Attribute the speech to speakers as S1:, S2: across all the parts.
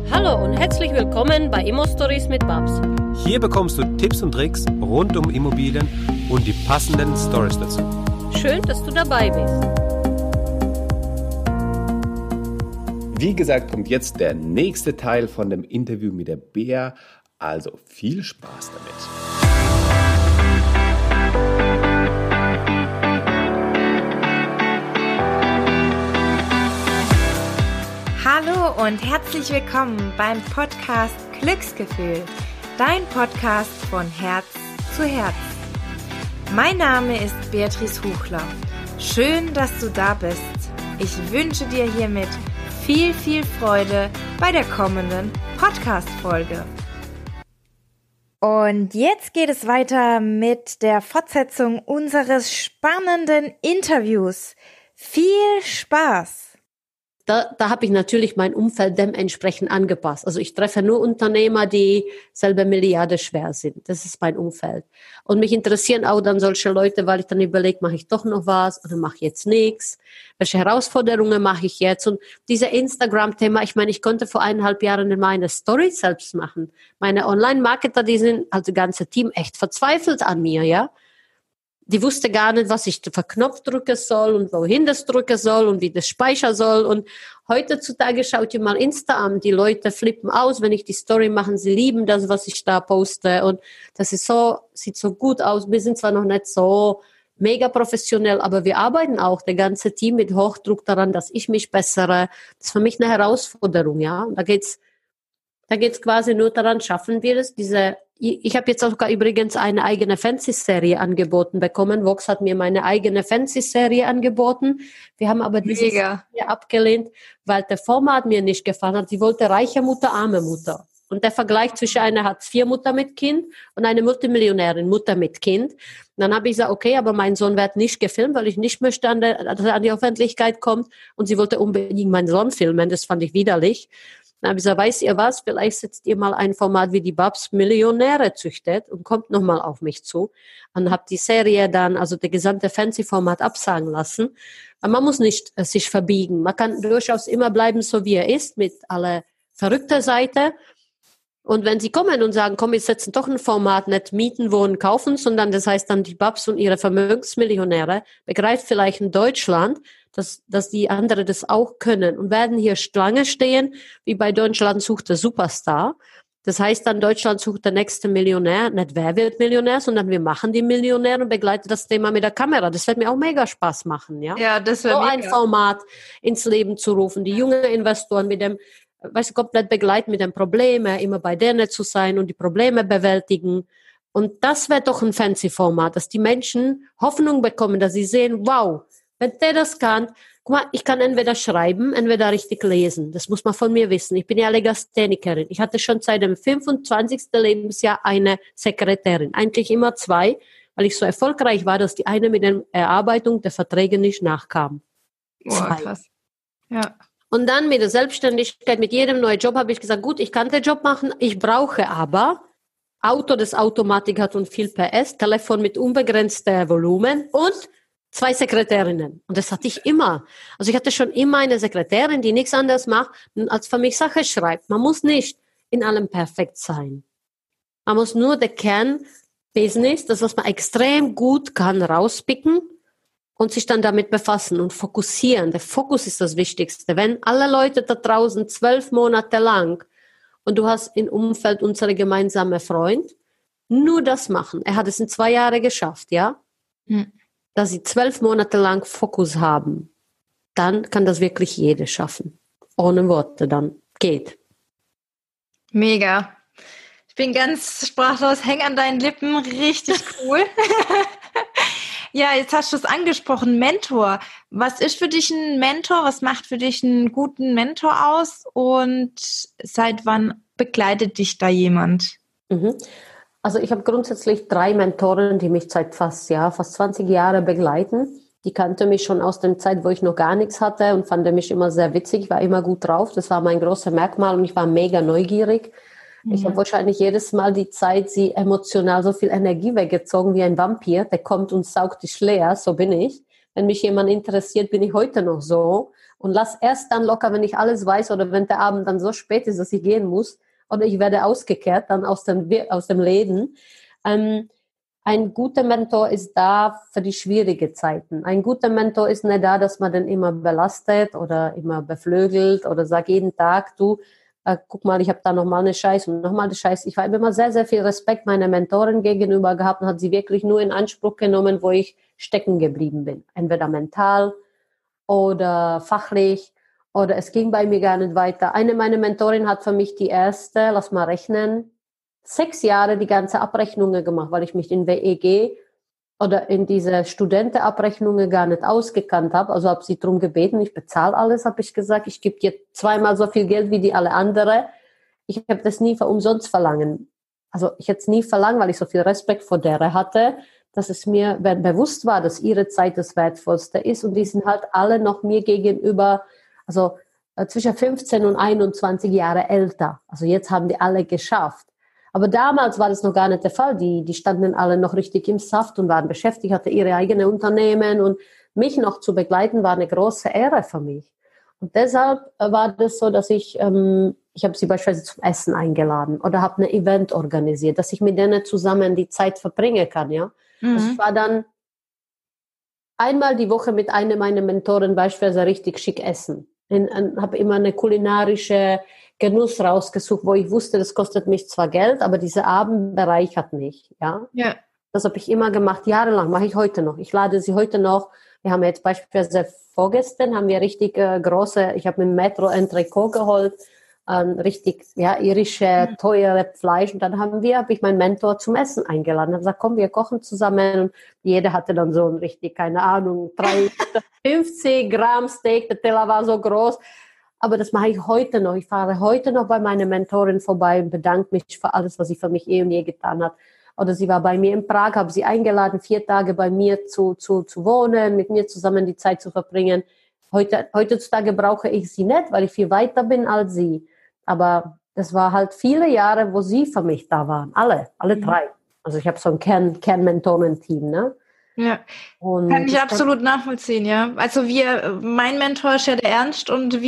S1: Hallo und herzlich willkommen bei Immo Stories mit Babs.
S2: Hier bekommst du Tipps und Tricks rund um Immobilien und die passenden Stories dazu.
S1: Schön, dass du dabei bist.
S2: Wie gesagt, kommt jetzt der nächste Teil von dem Interview mit der Bea. Also viel Spaß damit.
S3: Hallo und herzlich willkommen beim Podcast Glücksgefühl, dein Podcast von Herz zu Herz. Mein Name ist Beatrice Huchler. Schön, dass du da bist. Ich wünsche dir hiermit viel Freude bei der kommenden Podcast-Folge. Und jetzt geht es weiter mit der Fortsetzung unseres spannenden Interviews. Viel Spaß!
S1: Da habe ich natürlich mein Umfeld dementsprechend angepasst. Also ich treffe nur Unternehmer, die selber Milliarden schwer sind. Das ist mein Umfeld. Und mich interessieren auch dann solche Leute, weil ich dann überlege, mache ich doch noch was oder mache ich jetzt nichts? Welche Herausforderungen mache ich jetzt? Und dieser Instagram-Thema, ich meine, ich konnte vor 1,5 Jahren meine Story selbst machen. Meine Online-Marketer, die sind, also das ganze Team, echt verzweifelt an mir, ja. Die wusste gar nicht, was ich für Knopf drücken soll und wohin das drücken soll und wie das speichern soll. Und heutzutage schaut ihr mal Insta an. Die Leute flippen aus, wenn ich die Story mache. Sie lieben das, was ich da poste. Und das ist so, sieht so gut aus. Wir sind zwar noch nicht so mega professionell, aber wir arbeiten auch, der ganze Team, mit Hochdruck daran, dass ich mich bessere. Das ist für mich eine Herausforderung, ja. Und da geht's quasi nur daran, schaffen wir es, ich habe jetzt sogar übrigens eine eigene Fancy-Serie angeboten bekommen. Vox hat mir meine eigene Fancy-Serie angeboten. Wir haben aber diese Serie abgelehnt, weil der Format mir nicht gefallen hat. Sie wollte reiche Mutter, arme Mutter. Und der Vergleich zwischen einer Hartz-IV-Mutter mit Kind und einer Multimillionärin Mutter mit Kind. Und dann habe ich gesagt, okay, aber mein Sohn wird nicht gefilmt, weil ich nicht möchte, dass er an die Öffentlichkeit kommt. Und sie wollte unbedingt meinen Sohn filmen. Das fand ich widerlich. Dann habe ich gesagt, weißt ihr was, vielleicht setzt ihr mal ein Format wie die Babs Millionäre züchtet und kommt nochmal auf mich zu. Und habe die Serie dann, also der gesamte Fancy-Format absagen lassen. Aber man muss nicht sich verbiegen. Man kann durchaus immer bleiben, so wie er ist, mit aller verrückter Seite. Und wenn sie kommen und sagen, komm, wir setzen doch ein Format, nicht mieten, wohnen, kaufen, sondern das heißt dann die Babs und ihre Vermögensmillionäre, begreift vielleicht in Deutschland, dass die anderen das auch können und werden hier Schlange stehen, wie bei Deutschland sucht der Superstar. Das heißt dann, Deutschland sucht der nächste Millionär, nicht wer wird Millionär, sondern wir machen die Millionäre und begleiten das Thema mit der Kamera. Das wird mir auch mega Spaß machen, ja.
S3: Ja, das wird
S1: so ein Format ins Leben zu rufen, die jungen Investoren mit dem, komplett begleiten mit den Problemen, immer bei denen zu sein und die Probleme bewältigen. Und das wäre doch ein Fancy-Format, dass die Menschen Hoffnung bekommen, dass sie sehen, wow, wenn der das kann, guck mal, ich kann entweder schreiben, entweder richtig lesen. Das muss man von mir wissen. Ich bin ja Legasthenikerin. Ich hatte schon seit dem 25. Lebensjahr eine Sekretärin. Eigentlich immer 2, weil ich so erfolgreich war, dass die eine mit der Erarbeitung der Verträge nicht nachkam.
S3: Boah, krass. Ja.
S1: Und dann mit der Selbstständigkeit, mit jedem neuen Job habe ich gesagt, gut, ich kann den Job machen, ich brauche aber Auto, das Automatik hat und viel PS, Telefon mit unbegrenztem Volumen und 2 Sekretärinnen. Und das hatte ich immer. Also ich hatte schon immer eine Sekretärin, die nichts anderes macht, als für mich Sachen schreibt. Man muss nicht in allem perfekt sein. Man muss nur der Kernbusiness, das, was man extrem gut kann, rauspicken und sich dann damit befassen und fokussieren. Der Fokus ist das Wichtigste. Wenn alle Leute da draußen 12 Monate lang und du hast im Umfeld unsere gemeinsame Freund, nur das machen. Er hat es in 2 Jahren geschafft, ja? Dass sie 12 Monate lang Fokus haben, dann kann das wirklich jeder schaffen. Ohne Worte dann. Geht.
S3: Mega. Ich bin ganz sprachlos, häng an deinen Lippen, richtig cool. Ja, jetzt hast du es angesprochen, Mentor. Was ist für dich ein Mentor? Was macht für dich einen guten Mentor aus? Und seit wann begleitet dich da jemand?
S1: Also ich habe grundsätzlich 3 Mentoren, die mich seit fast 20 Jahren begleiten. Die kannte mich schon aus der Zeit, wo ich noch gar nichts hatte und fand mich immer sehr witzig. Ich war immer gut drauf. Das war mein großes Merkmal und ich war mega neugierig. Ich habe wahrscheinlich jedes Mal die Zeit, sie emotional so viel Energie weggezogen wie ein Vampir. Der kommt und saugt dich leer, so bin ich. Wenn mich jemand interessiert, bin ich heute noch so. und lass erst dann locker, wenn ich alles weiß oder wenn der Abend dann so spät ist, dass ich gehen muss oder ich werde ausgekehrt dann aus dem Läden. Ein guter Mentor ist da für die schwierigen Zeiten. Ein guter Mentor ist nicht da, dass man den immer belastet oder immer beflügelt oder sagt jeden Tag, du, guck mal, ich habe da nochmal eine Scheiße und nochmal eine Scheiße. Ich habe immer sehr, sehr viel Respekt meiner Mentorin gegenüber gehabt und hat sie wirklich nur in Anspruch genommen, wo ich stecken geblieben bin. Entweder mental oder fachlich oder es ging bei mir gar nicht weiter. Eine meiner Mentorinnen hat für mich die erste, lass mal rechnen, 6 Jahre die ganze Abrechnungen gemacht, weil ich mich in WEG oder in diese Studentenabrechnungen gar nicht ausgekannt habe. Also habe sie darum gebeten, ich bezahle alles, habe ich gesagt. Ich gebe dir 2-mal so viel Geld wie die alle anderen. Ich habe das nie für umsonst verlangen. Also ich hätte es nie verlangt, weil ich so viel Respekt vor der hatte, dass es mir bewusst war, dass ihre Zeit das Wertvollste ist. Und die sind halt alle noch mir gegenüber, also zwischen 15 und 21 Jahre älter. Also jetzt haben die alle geschafft. Aber damals war das noch gar nicht der Fall. Die standen alle noch richtig im Saft und waren beschäftigt, hatten ihre eigenen Unternehmen. Und mich noch zu begleiten, war eine große Ehre für mich. Und deshalb war das so, dass ich habe sie beispielsweise zum Essen eingeladen oder habe ein Event organisiert, dass ich mit denen zusammen die Zeit verbringen kann. Ja? Mhm. Also ich war dann einmal die Woche mit einem meiner Mentoren beispielsweise richtig schick essen. Habe immer eine kulinarische Genuss rausgesucht, wo ich wusste, das kostet mich zwar Geld, aber dieser Abend bereichert mich. Ja. Das habe ich immer gemacht, jahrelang, mache ich heute noch. Ich lade sie heute noch. Wir haben jetzt beispielsweise vorgestern, haben wir richtig große, ich habe mit dem Metro ein Trikot geholt, richtig irische, teure Fleisch. Und dann habe ich meinen Mentor zum Essen eingeladen. Habe gesagt, komm, wir kochen zusammen. Und jeder hatte dann so ein richtig, keine Ahnung, 50 Gramm Steak. Der Teller war so groß. Aber das mache ich heute noch. Ich fahre heute noch bei meiner Mentorin vorbei und bedanke mich für alles, was sie für mich eh und je getan hat. Oder sie war bei mir in Prag, habe sie eingeladen, 4 Tage bei mir zu wohnen, mit mir zusammen die Zeit zu verbringen. Heutzutage brauche ich sie nicht, weil ich viel weiter bin als sie. Aber das war halt viele Jahre, wo sie für mich da waren. Alle 3. Also ich habe so ein Kern-Mentoren-Team, ne?
S3: Ja, und kann ich absolut nachvollziehen, ja. Also mein Mentor ist ja der Ernst und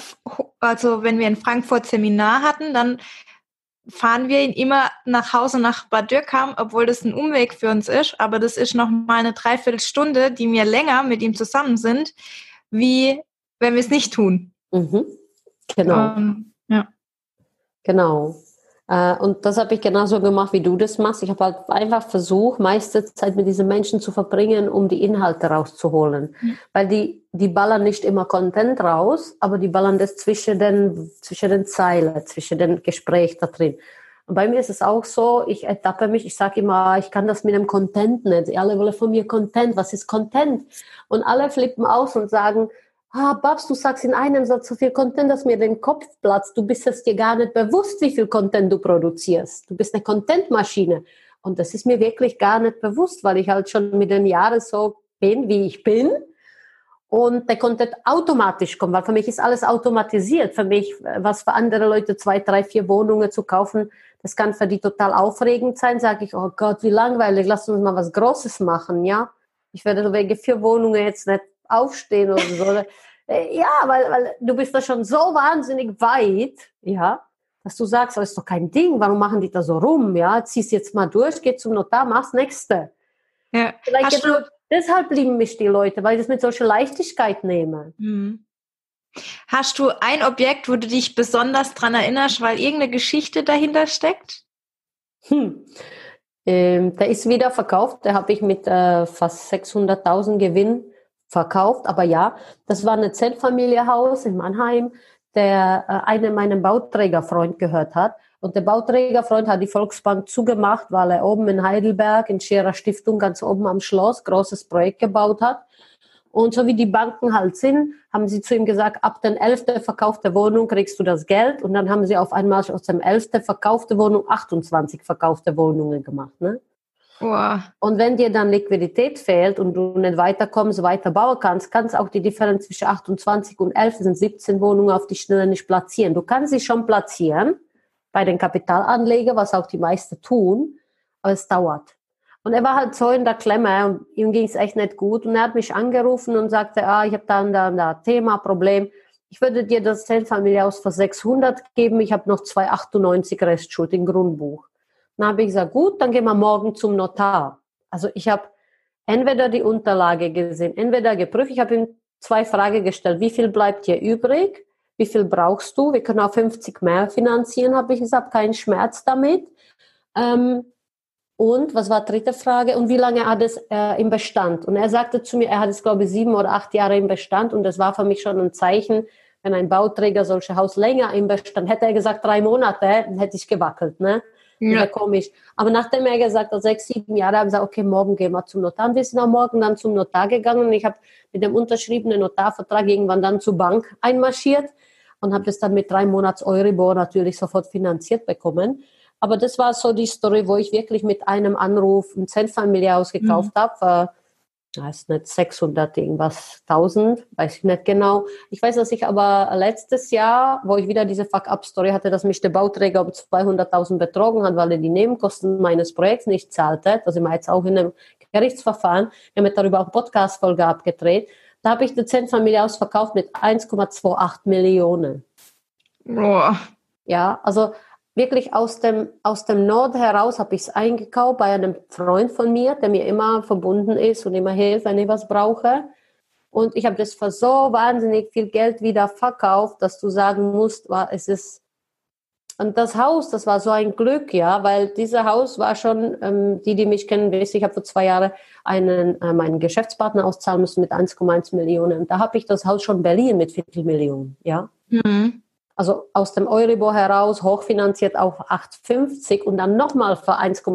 S3: also wenn wir in Frankfurt Seminar hatten, dann fahren wir ihn immer nach Hause nach Bad Dürkheim, obwohl das ein Umweg für uns ist, aber das ist noch mal eine Dreiviertelstunde, die wir länger mit ihm zusammen sind, wie wenn wir es nicht tun.
S1: Mhm. Genau.
S3: Ja.
S1: Genau. Und das habe ich genauso gemacht, wie du das machst. Ich habe halt einfach versucht, meiste Zeit mit diesen Menschen zu verbringen, um die Inhalte rauszuholen. Mhm. Weil die ballern nicht immer Content raus, aber die ballern das zwischen den Zeilen, zwischen den Gesprächen da drin. Und bei mir ist es auch so, ich ertappe mich, ich sage immer, ich kann das mit dem Content nicht. Alle wollen von mir Content. Was ist Content? Und alle flippen aus und sagen, Babs, du sagst in einem Satz so viel Content, dass mir den Kopf platzt. Du bist es dir gar nicht bewusst, wie viel Content du produzierst. Du bist eine Contentmaschine. Und das ist mir wirklich gar nicht bewusst, weil ich halt schon mit den Jahren so bin, wie ich bin. Und der Content automatisch kommt, weil für mich ist alles automatisiert. Für mich, was für andere Leute 2, 3, 4 Wohnungen zu kaufen, das kann für die total aufregend sein. Sage ich, oh Gott, wie langweilig, lass uns mal was Großes machen, ja. Ich werde so wegen 4 Wohnungen jetzt nicht aufstehen oder so. Ja, weil du bist da schon so wahnsinnig weit, ja, dass du sagst, das ist doch kein Ding, warum machen die da so rum, ja, zieh's jetzt mal durch, geh zum Notar, mach's nächste.
S3: Ja.
S1: Deshalb lieben mich die Leute, weil ich das mit solcher Leichtigkeit nehme.
S3: Mhm. Hast du ein Objekt, wo du dich besonders dran erinnerst, weil irgendeine Geschichte dahinter steckt?
S1: Der ist wieder verkauft, der habe ich mit fast 600.000 Gewinn verkauft, aber ja, das war ein Zeltfamilienhaus in Mannheim, der einem meinem Bauträgerfreund gehört hat. Und der Bauträgerfreund hat die Volksbank zugemacht, weil er oben in Heidelberg, in Scherer Stiftung, ganz oben am Schloss, großes Projekt gebaut hat. Und so wie die Banken halt sind, haben sie zu ihm gesagt, ab den 11. verkaufte Wohnung kriegst du das Geld. Und dann haben sie auf einmal aus dem 11. verkaufte Wohnung 28 verkaufte Wohnungen gemacht, ne?
S3: Wow.
S1: Und wenn dir dann Liquidität fehlt und du nicht weiterkommst, weiter bauen kannst auch die Differenz zwischen 28 und 11 sind 17 Wohnungen auf die Schnelle nicht platzieren. Du kannst sie schon platzieren bei den Kapitalanlegern, was auch die meisten tun, aber es dauert. Und er war halt so in der Klemme und ihm ging es echt nicht gut. Und er hat mich angerufen und sagte, ich habe da ein Thema, Problem. Ich würde dir das Zeltfamilienhaus für 600 geben. Ich habe noch 298 Restschuld im Grundbuch. Dann habe ich gesagt, gut, dann gehen wir morgen zum Notar. Also ich habe entweder die Unterlage gesehen, entweder geprüft. Ich habe ihm 2 Fragen gestellt. Wie viel bleibt dir übrig? Wie viel brauchst du? Wir können auch 50 mehr finanzieren, habe ich gesagt. Kein Schmerz damit. Und was war die dritte Frage? Und wie lange hat es im Bestand? Und er sagte zu mir, er hat es, glaube ich, 7 oder 8 Jahre im Bestand. Und das war für mich schon ein Zeichen, wenn ein Bauträger solche Haus länger im Bestand, hätte er gesagt 3 Monate, dann hätte ich gewackelt, ne? Ja. Komisch. Aber nachdem er gesagt hat, 6, 7 Jahre, habe ich gesagt, okay, morgen gehen wir zum Notar. Und wir sind am Morgen dann zum Notar gegangen. Und ich habe mit dem unterschriebenen Notarvertrag irgendwann dann zur Bank einmarschiert und habe das dann mit 3 Monats Euribor natürlich sofort finanziert bekommen. Aber das war so die Story, wo ich wirklich mit einem Anruf ein Zeltfamilienhaus gekauft habe. Weiß nicht, 600 irgendwas, 1000, weiß ich nicht genau. Ich weiß, dass ich aber letztes Jahr, wo ich wieder diese Fuck-Up-Story hatte, dass mich der Bauträger um 200.000 betrogen hat, weil er die Nebenkosten meines Projekts nicht zahlte. Da sind wir jetzt auch in einem Gerichtsverfahren. Wir haben darüber auch eine Podcast-Folge abgedreht. Da habe ich das Zeltfamilienhaus verkauft mit 1,28 Millionen.
S3: Oh.
S1: Ja, also wirklich aus dem Nord heraus habe ich es eingekauft bei einem Freund von mir, der mir immer verbunden ist und immer hilft, wenn ich was brauche. Und ich habe das für so wahnsinnig viel Geld wieder verkauft, dass du sagen musst, es ist. Und das Haus, das war so ein Glück, ja, weil dieses Haus war schon, die mich kennen, wissen, ich habe vor 2 Jahren meinen Geschäftspartner auszahlen müssen mit 1,1 Millionen. Da habe ich das Haus schon Berlin mit 400.000, ja. Mhm. Also aus dem Euribor heraus, hochfinanziert auf 8,50 und dann nochmal für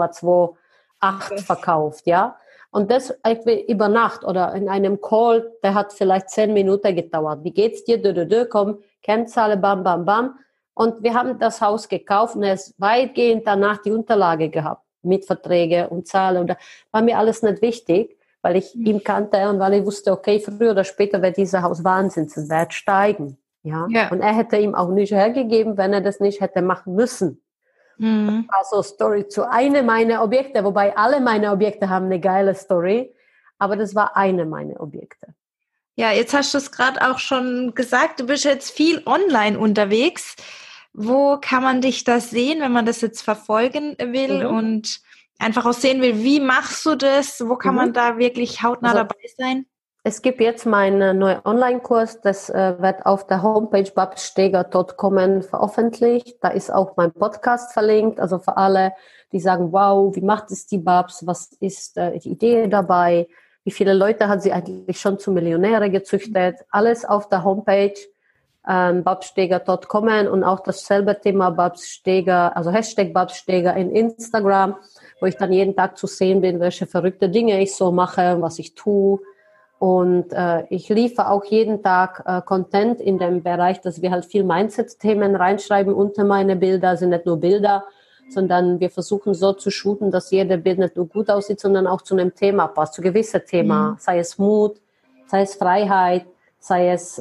S1: 1,28 verkauft, ja. Und das über Nacht oder in einem Call, der hat vielleicht 10 Minuten gedauert. Wie geht's dir? Komm, Kennzahl, bam, bam, bam. Und wir haben das Haus gekauft und es weitgehend danach die Unterlage gehabt, mit Verträge und Zahlen. Und da war mir alles nicht wichtig, weil ich ihn kannte und weil ich wusste, okay, früher oder später wird dieses Haus Wahnsinnswert steigen. Ja? Und er hätte ihm auch nicht hergegeben, wenn er das nicht hätte machen müssen. Mhm. Also Story zu einem meiner Objekte, wobei alle meine Objekte haben eine geile Story, aber das war eine meiner Objekte.
S3: Ja, jetzt hast du es gerade auch schon gesagt, du bist jetzt viel online unterwegs. Wo kann man dich das sehen, wenn man das jetzt verfolgen will und einfach auch sehen will, wie machst du das? Wo kann man da wirklich hautnah dabei sein?
S1: Es gibt jetzt meinen neuen Online-Kurs, das wird auf der Homepage babssteger.com veröffentlicht. Da ist auch mein Podcast verlinkt, also für alle, die sagen, wow, wie macht es die Babs, was ist die Idee dabei, wie viele Leute hat sie eigentlich schon zu Millionäre gezüchtet, alles auf der Homepage babssteger.com und auch dasselbe Thema Babssteger, also Hashtag Babssteger in Instagram, wo ich dann jeden Tag zu sehen bin, welche verrückte Dinge ich so mache, was ich tue. Und ich liefere auch jeden Tag Content in dem Bereich, dass wir halt viel Mindset-Themen reinschreiben unter meine Bilder, sind nicht nur Bilder, sondern wir versuchen so zu shooten, dass jeder Bild nicht nur gut aussieht, sondern auch zu einem Thema passt, zu gewissen Thema, sei es Mut, sei es Freiheit, sei es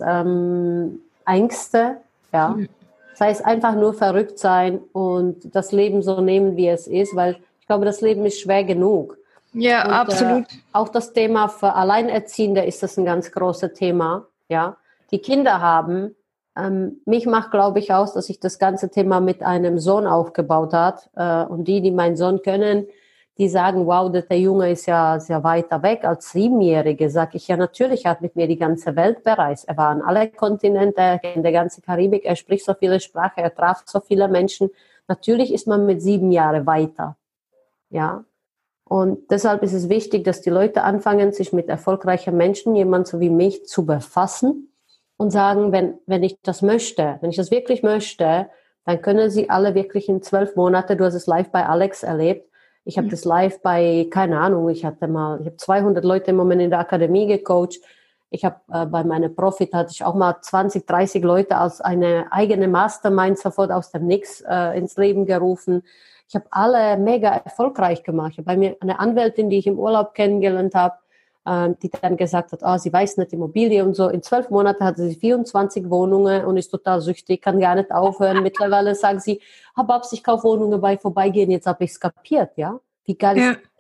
S1: Ängste, ja, sei es einfach nur verrückt sein und das Leben so nehmen, wie es ist, weil ich glaube, das Leben ist schwer genug.
S3: Ja, und, absolut.
S1: Auch das Thema für Alleinerziehende ist das ein ganz großes Thema, ja, die Kinder haben. Mich macht, glaube ich, aus, dass ich das ganze Thema mit einem Sohn aufgebaut habe. Und die meinen Sohn können, die sagen, wow, der Junge ist ja sehr weiter weg als 7-Jährige. Sag ich, ja, natürlich, er hat mit mir die ganze Welt bereist. Er war an alle Kontinente, in der ganzen Karibik, er spricht so viele Sprachen, er traf so viele Menschen. Natürlich ist man mit 7 Jahren weiter. Ja. Und deshalb ist es wichtig, dass die Leute anfangen, sich mit erfolgreichen Menschen, jemand so wie mich, zu befassen. Und sagen, wenn ich das möchte, wenn ich das wirklich möchte, dann können sie alle wirklich in 12 Monate, du hast es live bei Alex erlebt, ich habe das live bei, keine Ahnung, ich habe 200 Leute im Moment in der Akademie gecoacht, ich habe bei meiner Profit hatte ich auch mal 20, 30 Leute als eine eigene Mastermind sofort aus dem Nix ins Leben gerufen. Ich habe alle mega erfolgreich gemacht. Ich habe bei mir eine Anwältin, die ich im Urlaub kennengelernt habe, die dann gesagt hat, sie weiß nicht Immobilie und so. In 12 Monaten hatte sie 24 Wohnungen und ist total süchtig, kann gar nicht aufhören. Mittlerweile sagen sie, Babs, ich kaufe Wohnungen bei Vorbeigehen, jetzt habe ich es kapiert, ja. Wie geil ist das denn?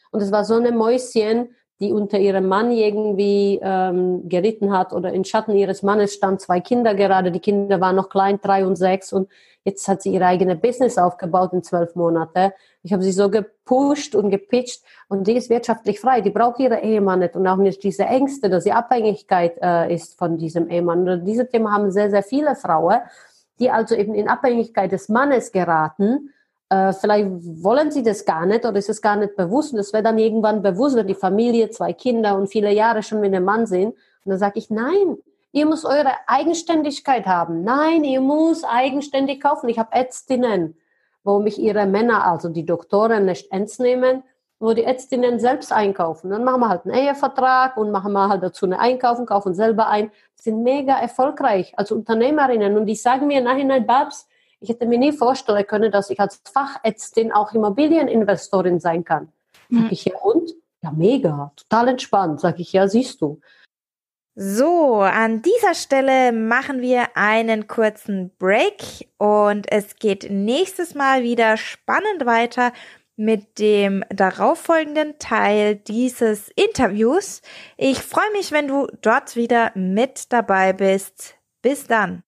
S1: Und es war so eine Mäuschen, die unter ihrem Mann irgendwie geritten hat oder im Schatten ihres Mannes stand, 2 Kinder gerade. Die Kinder waren noch klein, 3 und 6 und jetzt hat sie ihre eigene Business aufgebaut in 12 Monate. Ich habe sie so gepusht und gepitcht und die ist wirtschaftlich frei. Die braucht ihre Ehemann nicht und auch nicht diese Ängste, dass sie Abhängigkeit ist von diesem Ehemann. Und diese Themen haben sehr, sehr viele Frauen, die also eben in Abhängigkeit des Mannes geraten. Vielleicht wollen sie das gar nicht oder ist es gar nicht bewusst und es wird dann irgendwann bewusst, wenn die Familie, 2 Kinder und viele Jahre schon mit dem Mann sind. Und dann sage ich, nein, ihr müsst eure Eigenständigkeit haben. Nein, ihr müsst eigenständig kaufen. Ich habe Ärztinnen, wo mich ihre Männer, also die Doktoren, nicht ernst nehmen, wo die Ärztinnen selbst einkaufen. Dann machen wir halt einen Ehevertrag und machen wir halt dazu eine Einkaufen, kaufen selber ein. Die sind mega erfolgreich als Unternehmerinnen und die sagen mir im Nachhinein, Babs, ich hätte mir nie vorstellen können, dass ich als Fachärztin auch Immobilieninvestorin sein kann. Sag ich, ja und? Ja, mega, total entspannt. Sag ich, ja, siehst du.
S3: So, an dieser Stelle machen wir einen kurzen Break und es geht nächstes Mal wieder spannend weiter mit dem darauffolgenden Teil dieses Interviews. Ich freue mich, wenn du dort wieder mit dabei bist. Bis dann.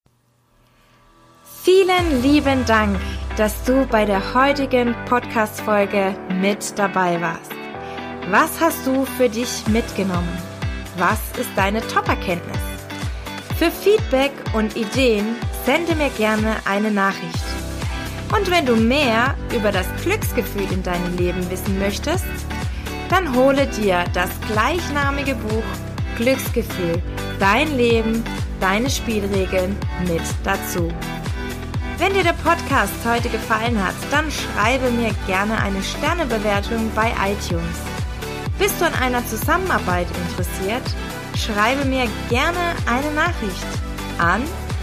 S3: Vielen lieben Dank, dass du bei der heutigen Podcast-Folge mit dabei warst. Was hast du für dich mitgenommen? Was ist deine Top-Erkenntnis? Für Feedback und Ideen sende mir gerne eine Nachricht. Und wenn du mehr über das Glücksgefühl in deinem Leben wissen möchtest, dann hole dir das gleichnamige Buch Glücksgefühl, dein Leben, deine Spielregeln mit dazu. Wenn dir der Podcast heute gefallen hat, dann schreibe mir gerne eine Sternebewertung bei iTunes. Bist du an einer Zusammenarbeit interessiert? Schreibe mir gerne eine Nachricht an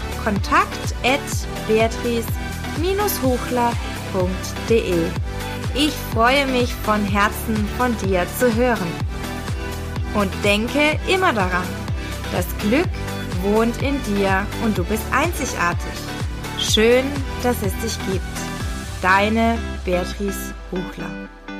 S3: kontakt@beatrice-huchler.de. Ich freue mich von Herzen von dir zu hören. Und denke immer daran, das Glück wohnt in dir und du bist einzigartig. Schön, dass es dich gibt. Deine Beatrice Huchler.